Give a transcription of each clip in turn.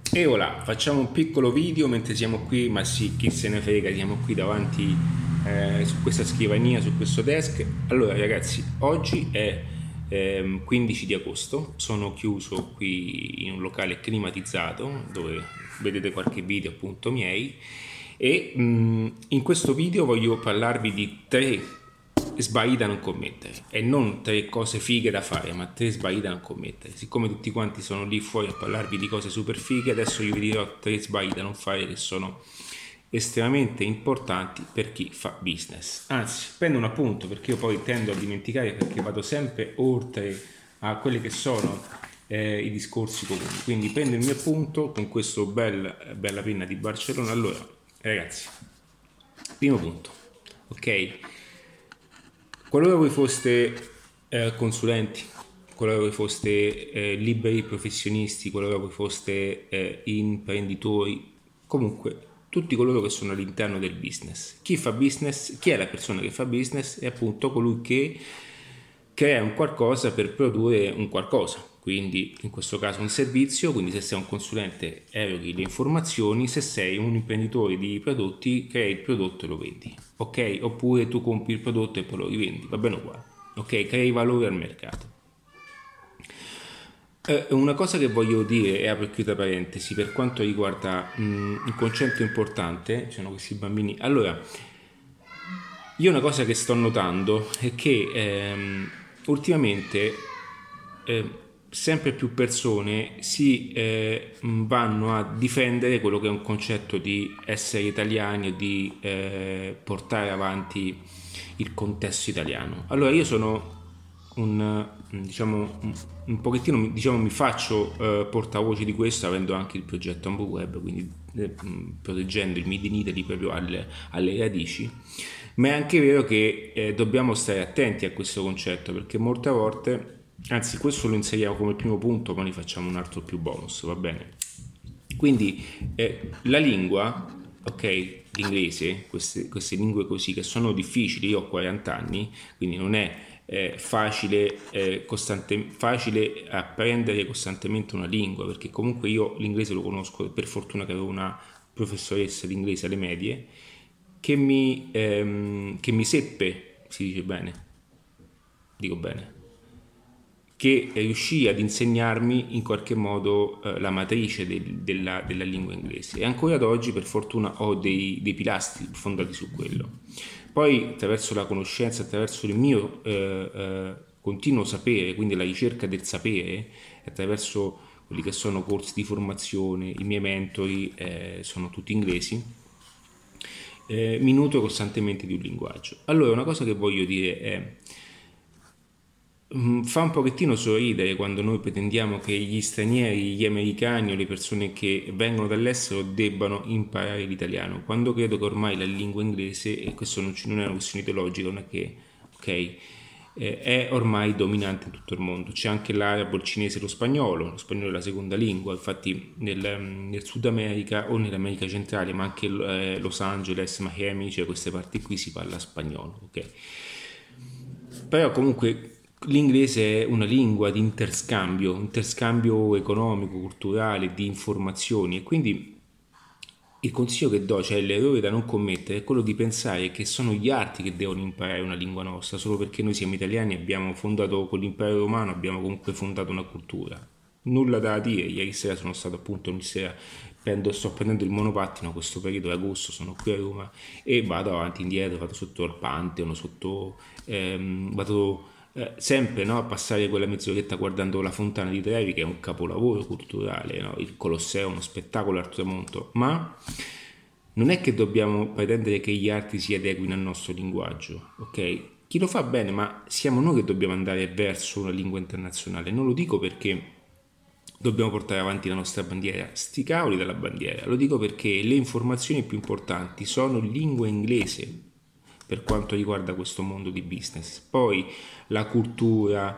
E ora facciamo un piccolo video mentre siamo qui, ma sì, chi se ne frega, siamo qui davanti su questa scrivania, su questo desk. Allora ragazzi, oggi è 15 di agosto, sono chiuso qui in un locale climatizzato dove vedete qualche video appunto miei e in questo video voglio parlarvi di tre sbagli da non commettere e non tre cose fighe da fare, ma tre sbagli da non commettere. Siccome tutti quanti sono lì fuori a parlarvi di cose super fighe, adesso io vi dirò tre sbagli da non fare che sono estremamente importanti per chi fa business. Anzi, prendo un appunto perché io poi tendo a dimenticare, perché vado sempre oltre a quelli che sono i discorsi comuni. Quindi prendo il mio appunto con questo bella penna di Barcellona. Allora, ragazzi, primo punto, ok? Qualora voi foste consulenti, qualora voi foste liberi professionisti, qualora voi foste imprenditori, comunque tutti coloro che sono all'interno del business. Chi fa business, chi è la persona che fa business? È appunto colui che crea un qualcosa per produrre un qualcosa. Quindi in questo caso un servizio, quindi se sei un consulente eroghi le informazioni, se sei un imprenditore di prodotti crei il prodotto e lo vendi, ok? Oppure tu compri il prodotto e poi lo rivendi, va bene uguale, ok? Crei valore al mercato. Una cosa che voglio dire, e apro e chiudo parentesi, per quanto riguarda un concetto importante, sono questi bambini. Allora, io una cosa che sto notando è che ultimamente sempre più persone si vanno a difendere quello che è un concetto di essere italiani o di portare avanti il contesto italiano. Allora io sono un pochettino diciamo, mi faccio portavoce di questo avendo anche il progetto Ambo Web, quindi proteggendo il Made in Italy proprio alle radici, ma è anche vero che dobbiamo stare attenti a questo concetto perché molte volte, anzi questo lo inseriamo come primo punto, poi ne facciamo un altro più bonus, va bene? Quindi la lingua, ok, l'inglese, queste lingue così che sono difficili, io ho 40 anni, quindi non è facile apprendere costantemente una lingua, perché comunque io l'inglese lo conosco, per fortuna che avevo una professoressa di inglese alle medie che mi seppe, si dice bene, dico bene, che riuscì ad insegnarmi in qualche modo la matrice della lingua inglese e ancora ad oggi per fortuna ho dei pilastri fondati su quello. Poi attraverso la conoscenza, attraverso il mio continuo sapere, quindi la ricerca del sapere, attraverso quelli che sono corsi di formazione, i miei mentori sono tutti inglesi, mi nutro costantemente di un linguaggio. Allora una cosa che voglio dire è fa un pochettino sorridere quando noi pretendiamo che gli stranieri, gli americani o le persone che vengono dall'estero debbano imparare l'italiano, quando credo che ormai la lingua inglese, e questo non è una questione ideologica, non è che, ok, è ormai dominante in tutto il mondo. C'è anche l'arabo, il cinese, lo spagnolo è la seconda lingua, infatti nel Sud America o nell'America centrale, ma anche Los Angeles, Miami, cioè queste parti qui si parla spagnolo, ok? Però comunque l'inglese è una lingua di interscambio economico, culturale, di informazioni e quindi il consiglio che do, cioè l'errore da non commettere, è quello di pensare che sono gli altri che devono imparare una lingua nostra, solo perché noi siamo italiani e abbiamo fondato con l'impero romano, abbiamo comunque fondato una cultura. Nulla da dire, ieri sera sono stato appunto, ogni sera sto prendendo il monopattino, questo periodo di agosto sono qui a Roma e vado avanti e indietro, vado sotto il Pantheon, vado sempre no, a passare quella mezz'oretta guardando la Fontana di Trevi che è un capolavoro culturale, no? Il Colosseo è uno spettacolo al tramonto, ma non è che dobbiamo pretendere che gli altri si adeguino al nostro linguaggio, ok? Chi lo fa bene, ma siamo noi che dobbiamo andare verso una lingua internazionale. Non lo dico perché dobbiamo portare avanti la nostra bandiera, sti cavoli della bandiera, lo dico perché le informazioni più importanti sono in lingua inglese per quanto riguarda questo mondo di business. Poi la cultura,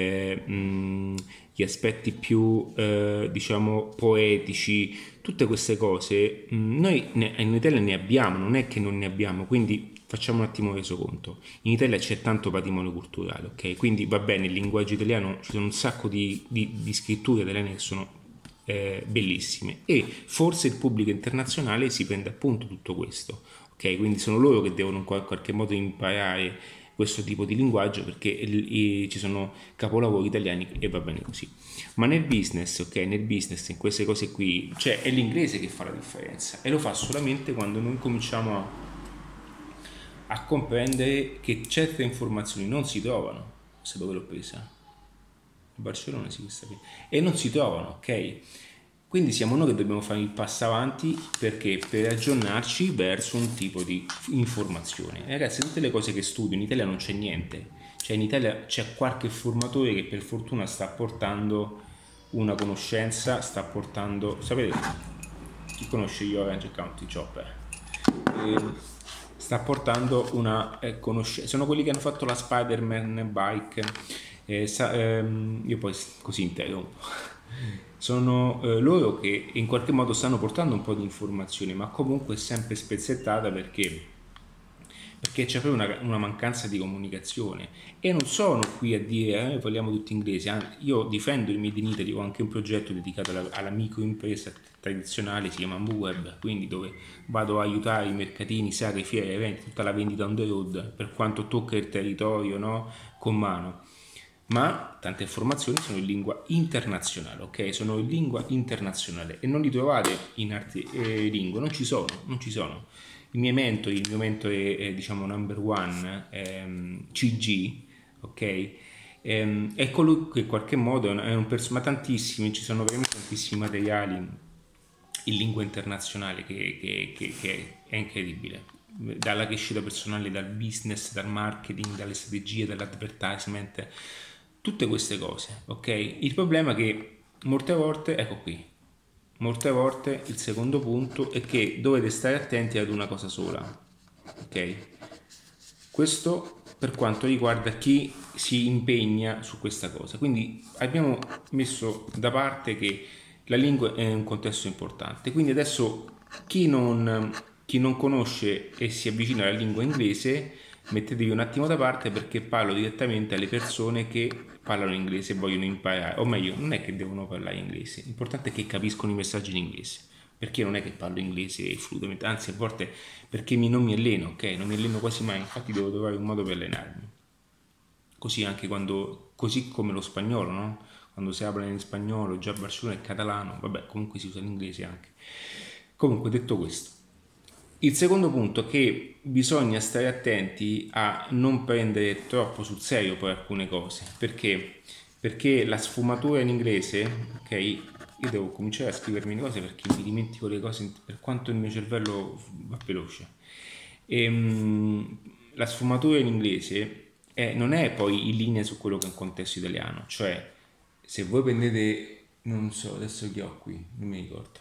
gli aspetti più diciamo poetici, tutte queste cose in Italia ne abbiamo, non è che non ne abbiamo, quindi facciamo un attimo resoconto. In Italia c'è tanto patrimonio culturale, ok? Quindi va bene il linguaggio italiano, ci sono un sacco di scritture italiane che sono bellissime, e forse il pubblico internazionale si prende appunto tutto questo, ok? Quindi sono loro che devono in qualche modo imparare questo tipo di linguaggio, perché ci sono capolavori italiani e va bene così. Ma nel business, ok, nel business, in queste cose qui, cioè è l'inglese che fa la differenza, e lo fa solamente quando noi cominciamo a comprendere che certe informazioni non si trovano. Se dove l'ho presa? Barcellona, sì, questa qui. E non si trovano, ok? Quindi siamo noi che dobbiamo fare il passo avanti, perché per aggiornarci verso un tipo di informazione. E ragazzi, tutte le cose che studio in Italia non c'è niente. Cioè in Italia c'è qualche formatore che per fortuna sta portando una conoscenza, sta portando... Sapete, chi conosce io Orange County Chopper? Sta portando una conoscenza. Sono quelli che hanno fatto la Spider-Man bike. Io poi così interrompo. Sono loro che in qualche modo stanno portando un po' di informazioni, ma comunque è sempre spezzettata, perché c'è proprio una mancanza di comunicazione, e non sono qui a dire parliamo tutti inglesi. Io difendo il Made in Italy, ho anche un progetto dedicato alla microimpresa tradizionale, si chiama MooWeb, quindi dove vado a aiutare i mercatini, sagre, fiere, eventi, tutta la vendita on the road per quanto tocca il territorio, no? Con mano. Ma tante informazioni sono in lingua internazionale, ok? Sono in lingua internazionale e non li trovate in altre lingue, non ci sono. Il mio mentore è, diciamo, number one, CG, ok? È colui che in qualche modo è un ma tantissimi, ci sono veramente tantissimi materiali in lingua internazionale che è incredibile, dalla crescita personale, dal business, dal marketing, dalle strategie, dall'advertisement, tutte queste cose, ok? Il problema è che molte volte, ecco qui, molte volte il secondo punto è che dovete stare attenti ad una cosa sola, ok? Questo per quanto riguarda chi si impegna su questa cosa. Quindi abbiamo messo da parte che la lingua è un contesto importante, quindi adesso chi non conosce e si avvicina alla lingua inglese, mettetevi un attimo da parte, perché parlo direttamente alle persone che parlano inglese e vogliono imparare, o meglio, non è che devono parlare inglese, l'importante è che capiscono i messaggi in inglese, perché non è che parlo inglese fluidamente, anzi a volte perché non mi alleno, ok? Non mi alleno quasi mai, infatti devo trovare un modo per allenarmi. Così anche così come lo spagnolo, no? Quando si parla in spagnolo, già Barcellona è catalano, vabbè, comunque si usa l'inglese anche. Comunque, detto questo, il secondo punto è che bisogna stare attenti a non prendere troppo sul serio poi alcune cose, perché la sfumatura in inglese, ok? Io devo cominciare a scrivermi le cose perché mi dimentico le cose per quanto il mio cervello va veloce. La sfumatura in inglese non è poi in linea su quello che è un contesto italiano, cioè se voi prendete, non so, adesso che ho qui, non mi ricordo,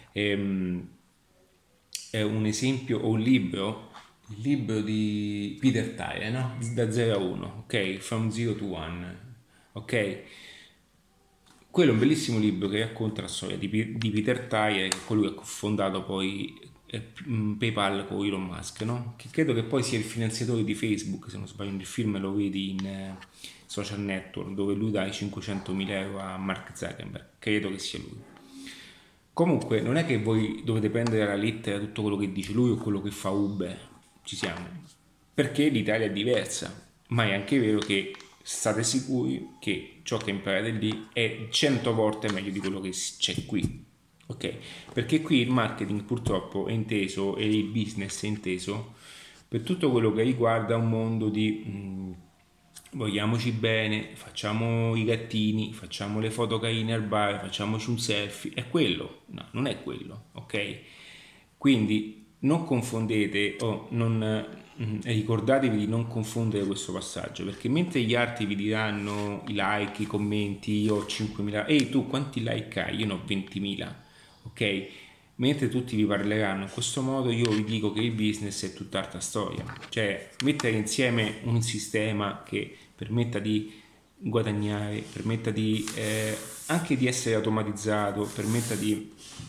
è un esempio o un libro, il libro di Peter Thayer, no? Da 0 a 1, ok? From 0 to 1, ok? Quello è un bellissimo libro che racconta la storia di Peter Thayer, che è colui che ha fondato poi PayPal con Elon Musk, no? Che credo che poi sia il finanziatore di Facebook, se non sbaglio nel film lo vedi in Social Network, dove lui dà i 500.000 euro a Mark Zuckerberg, credo che sia lui. Comunque non è che voi dovete prendere alla lettera tutto quello che dice lui o quello che fa Uber, ci siamo, perché l'Italia è diversa, ma è anche vero che state sicuri che ciò che imparate lì è 100 volte meglio di quello che c'è qui, ok? Perché qui il marketing purtroppo è inteso, e il business è inteso per tutto quello che riguarda un mondo di vogliamoci bene, facciamo i gattini, facciamo le foto carine al bar, facciamoci un selfie, è quello? No, non è quello, ok? Quindi non confondete o ricordatevi di non confondere questo passaggio, perché mentre gli altri vi diranno i like, i commenti, io ho 5.000, ehi tu quanti like hai? Io ne ho 20.000, ok? Mentre tutti vi parleranno in questo modo, io vi dico che il business è tutt'altra storia, cioè mettere insieme un sistema che permetta di guadagnare, permetta di anche di essere automatizzato, permetta di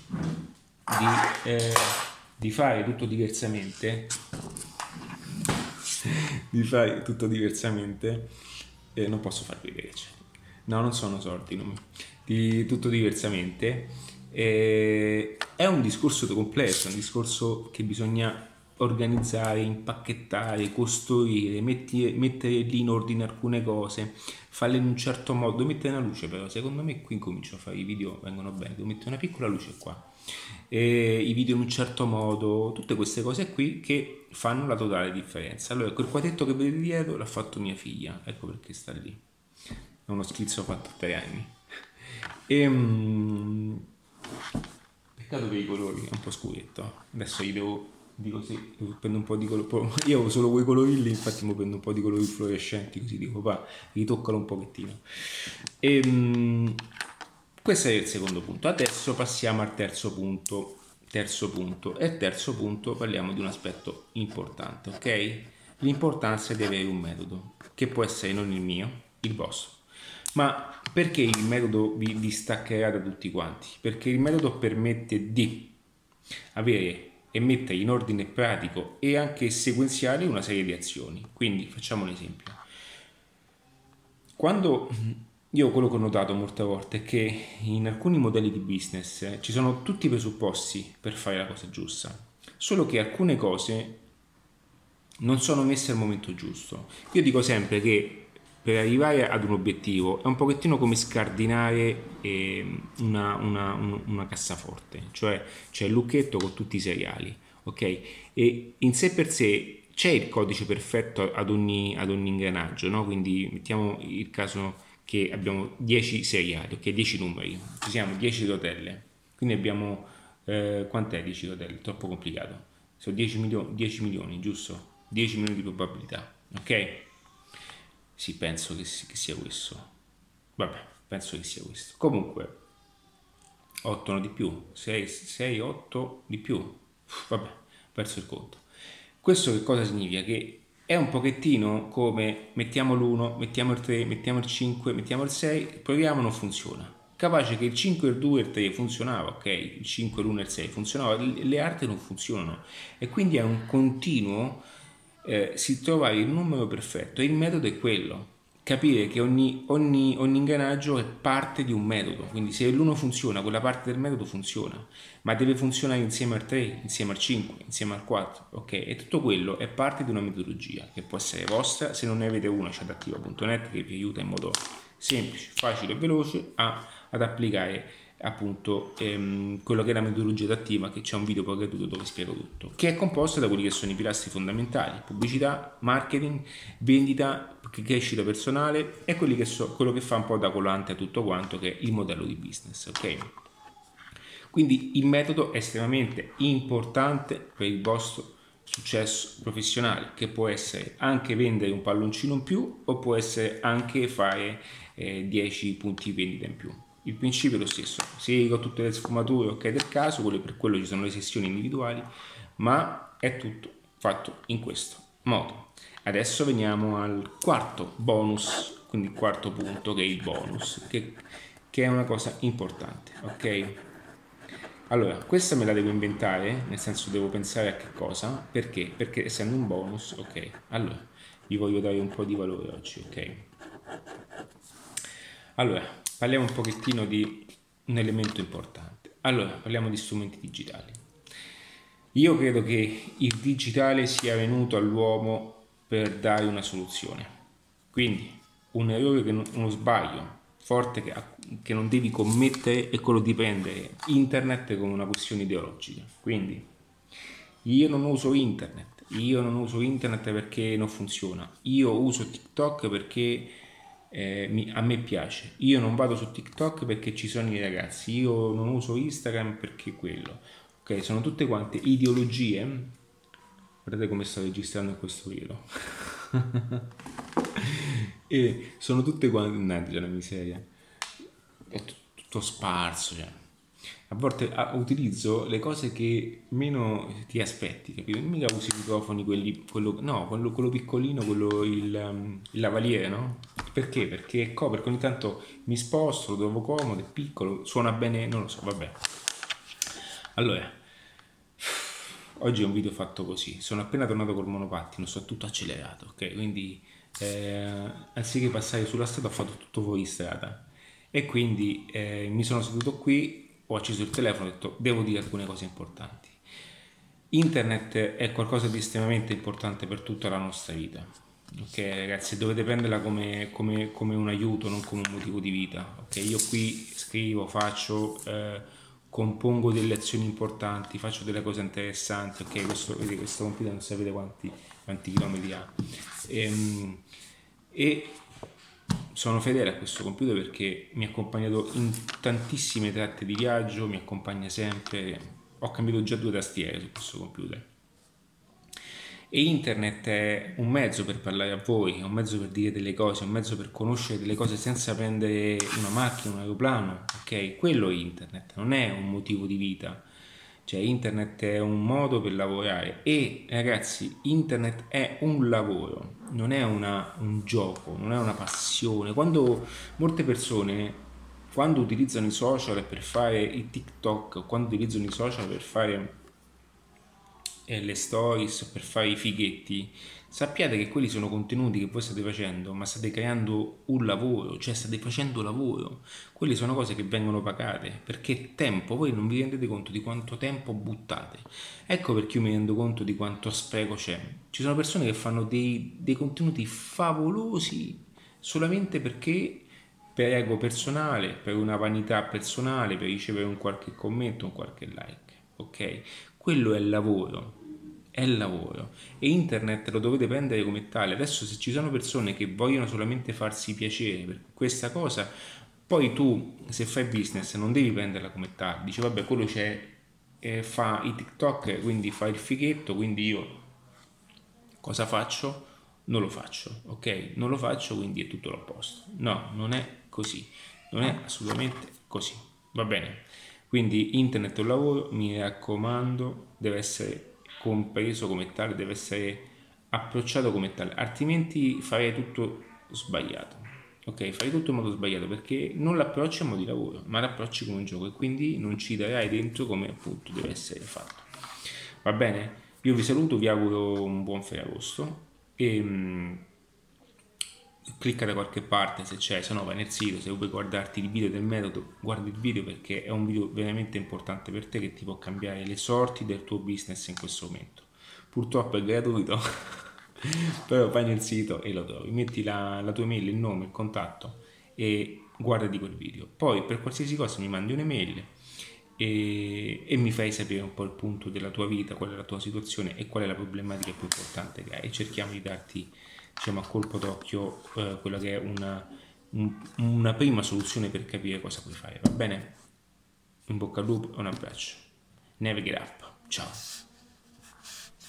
fare tutto diversamente, non posso far vedere, No, non sono sordi, tutto diversamente. È un discorso complesso, è un discorso che bisogna organizzare, impacchettare, costruire, mettere lì in ordine alcune cose, farle in un certo modo. Devo mettere una luce, però secondo me qui comincio a fare i video, vengono bene, devo mettere una piccola luce qua, i video in un certo modo, tutte queste cose qui che fanno la totale differenza. Allora quel quadretto che vedete dietro l'ha fatto mia figlia, ecco perché sta lì, è uno schizzo fatto a 3 anni. Peccato per i colori, è un po' scuretto. Adesso gli dico sì, prendo un po' di colore. Io ho solo quei colori lì, infatti mi prendo un po' di colori fluorescenti, così dico, va, ritoccalo un pochettino. Questo è il secondo punto. Adesso passiamo al terzo punto. E il terzo punto parliamo di un aspetto importante, ok? L'importanza di avere un metodo, che può essere non il mio, il vostro. Ma perché il metodo vi distaccherà da tutti quanti? Perché il metodo permette di avere e mettere in ordine pratico e anche sequenziale una serie di azioni. Quindi facciamo un esempio. Quando io quello che ho notato molte volte è che in alcuni modelli di business ci sono tutti i presupposti per fare la cosa giusta, solo che alcune cose non sono messe al momento giusto. Io dico sempre che per arrivare ad un obiettivo è un pochettino come scardinare una cassaforte, cioè c'è il lucchetto con tutti i seriali, ok? E in sé per sé c'è il codice perfetto ad ogni ingranaggio, no? Quindi mettiamo il caso che abbiamo 10 seriali, ok? 10 numeri, ci siamo 10 rotelle, quindi abbiamo quant'è 10 rotelle? Troppo complicato, sono 10 milioni, giusto? 10 milioni di probabilità, ok? Sì, penso che sia questo. Vabbè, penso che sia questo. Comunque, 8 no di più, 6, 8 di più. Vabbè, perso il conto. Questo che cosa significa? Che è un pochettino come mettiamo l'1, mettiamo il 3, mettiamo il 5, mettiamo il 6, proviamo, non funziona. Capace che il 5, il 2 e il 3 funzionava, ok? Il 5, l'1 e il 6 funzionava, le altre non funzionano. E quindi è un continuo si trovare il numero perfetto. E il metodo è quello, capire che ogni ingranaggio è parte di un metodo, quindi se l'uno funziona, quella parte del metodo funziona, ma deve funzionare insieme al 3, insieme al 5, insieme al 4, ok? E tutto quello è parte di una metodologia che può essere vostra. Se non ne avete una, c'è adattiva.net che vi aiuta in modo semplice, facile e veloce ad applicare appunto quello che è la metodologia adattiva, che c'è un video poi gratuito dove spiego tutto, che è composta da quelli che sono i pilastri fondamentali: pubblicità, marketing, vendita, crescita personale e quello che fa un po' da collante a tutto quanto, che è il modello di business, ok? Quindi il metodo è estremamente importante per il vostro successo professionale, che può essere anche vendere un palloncino in più o può essere anche fare 10 punti vendita in più. Il principio è lo stesso, seguo tutte le sfumature, ok, del caso, per quello ci sono le sessioni individuali, ma è tutto fatto in questo modo. Adesso veniamo al quarto bonus, quindi il quarto punto, che è il bonus, che è una cosa importante, ok? Allora, questa me la devo inventare, nel senso devo pensare a che cosa, perché? Perché essendo un bonus, ok, allora, vi voglio dare un po' di valore oggi, ok? Allora, parliamo un pochettino di un elemento importante. Allora, parliamo di strumenti digitali. Io credo che il digitale sia venuto all'uomo per dare una soluzione. Quindi, un errore, uno sbaglio forte che non devi commettere è quello di prendere internet come una questione ideologica. Quindi, io non uso internet perché non funziona. Io uso TikTok perché a me piace. Io non vado su TikTok perché ci sono i ragazzi. Io non uso Instagram perché quello. Ok, sono tutte quante ideologie. Guardate come sto registrando in questo video. E sono tutte quante, mannaggia la miseria, è tutto sparso, cioè. A volte utilizzo le cose che meno ti aspetti, capito? Non mica usi i microfoni quello piccolino, il lavaliere, no? Perché? Perché ogni tanto mi sposto, lo trovo comodo, è piccolo, suona bene, non lo so, vabbè. Allora, oggi è un video fatto così, sono appena tornato col monopattino, sto tutto accelerato, ok? Quindi anziché passare sulla strada ho fatto tutto fuori strada e quindi mi sono seduto qui, ho acceso il telefono e ho detto devo dire alcune cose importanti. Internet è qualcosa di estremamente importante per tutta la nostra vita. Ok, ragazzi, dovete prenderla come un aiuto, non come un motivo di vita. Ok, io qui scrivo, faccio, compongo delle azioni importanti, faccio delle cose interessanti. Ok, questo computer non sapete quanti chilometri ha. E sono fedele a questo computer perché mi ha accompagnato in tantissime tratte di viaggio, mi accompagna sempre. Ho cambiato già 2 tastiere su questo computer. E internet è un mezzo per parlare a voi, è un mezzo per dire delle cose, è un mezzo per conoscere delle cose senza prendere una macchina, un aeroplano, ok? Quello è internet, non è un motivo di vita. Cioè internet è un modo per lavorare e ragazzi, internet è un lavoro, non è un gioco, non è una passione. Quando molte persone, quando utilizzano i social per fare i TikTok, quando utilizzano i social per fare le stories, per fare i fighetti, sappiate che quelli sono contenuti che voi state facendo, ma state creando un lavoro, cioè state facendo lavoro. Quelle sono cose che vengono pagate, perché tempo, voi non vi rendete conto di quanto tempo buttate. Ecco perché io mi rendo conto di quanto spreco c'è. Ci sono persone che fanno dei contenuti favolosi solamente perché per ego personale, per una vanità personale, per ricevere un qualche commento, un qualche like, ok? Quello è il lavoro e internet lo dovete prendere come tale. Adesso se ci sono persone che vogliono solamente farsi piacere per questa cosa, poi tu se fai business non devi prenderla come tale, dici vabbè quello c'è, fa i TikTok, quindi fa il fighetto, quindi io cosa faccio? Non lo faccio, ok? Non lo faccio, quindi è tutto l'opposto. No, non è così, non è assolutamente così, va bene? Quindi internet è un lavoro, mi raccomando, deve essere compreso come tale, deve essere approcciato come tale, altrimenti farei tutto sbagliato. Ok, fai tutto in modo sbagliato perché non l'approcci a modo di lavoro, ma l'approcci come un gioco e quindi non ci darai dentro come appunto deve essere fatto. Va bene? Io vi saluto, vi auguro un buon Ferragosto e clicca da qualche parte se c'è, se no vai nel sito, se vuoi guardarti il video del metodo, guardi il video perché è un video veramente importante per te che ti può cambiare le sorti del tuo business in questo momento. Purtroppo è gratuito, però vai nel sito e lo trovi, metti la tua email, il nome, il contatto e guardati quel video. Poi per qualsiasi cosa mi mandi un'email e mi fai sapere un po' il punto della tua vita, qual è la tua situazione e qual è la problematica più importante che hai e cerchiamo di darti diciamo, a colpo d'occhio quella che è una prima soluzione per capire cosa puoi fare, va bene? In bocca al lupo e un abbraccio. Never get up. Ciao.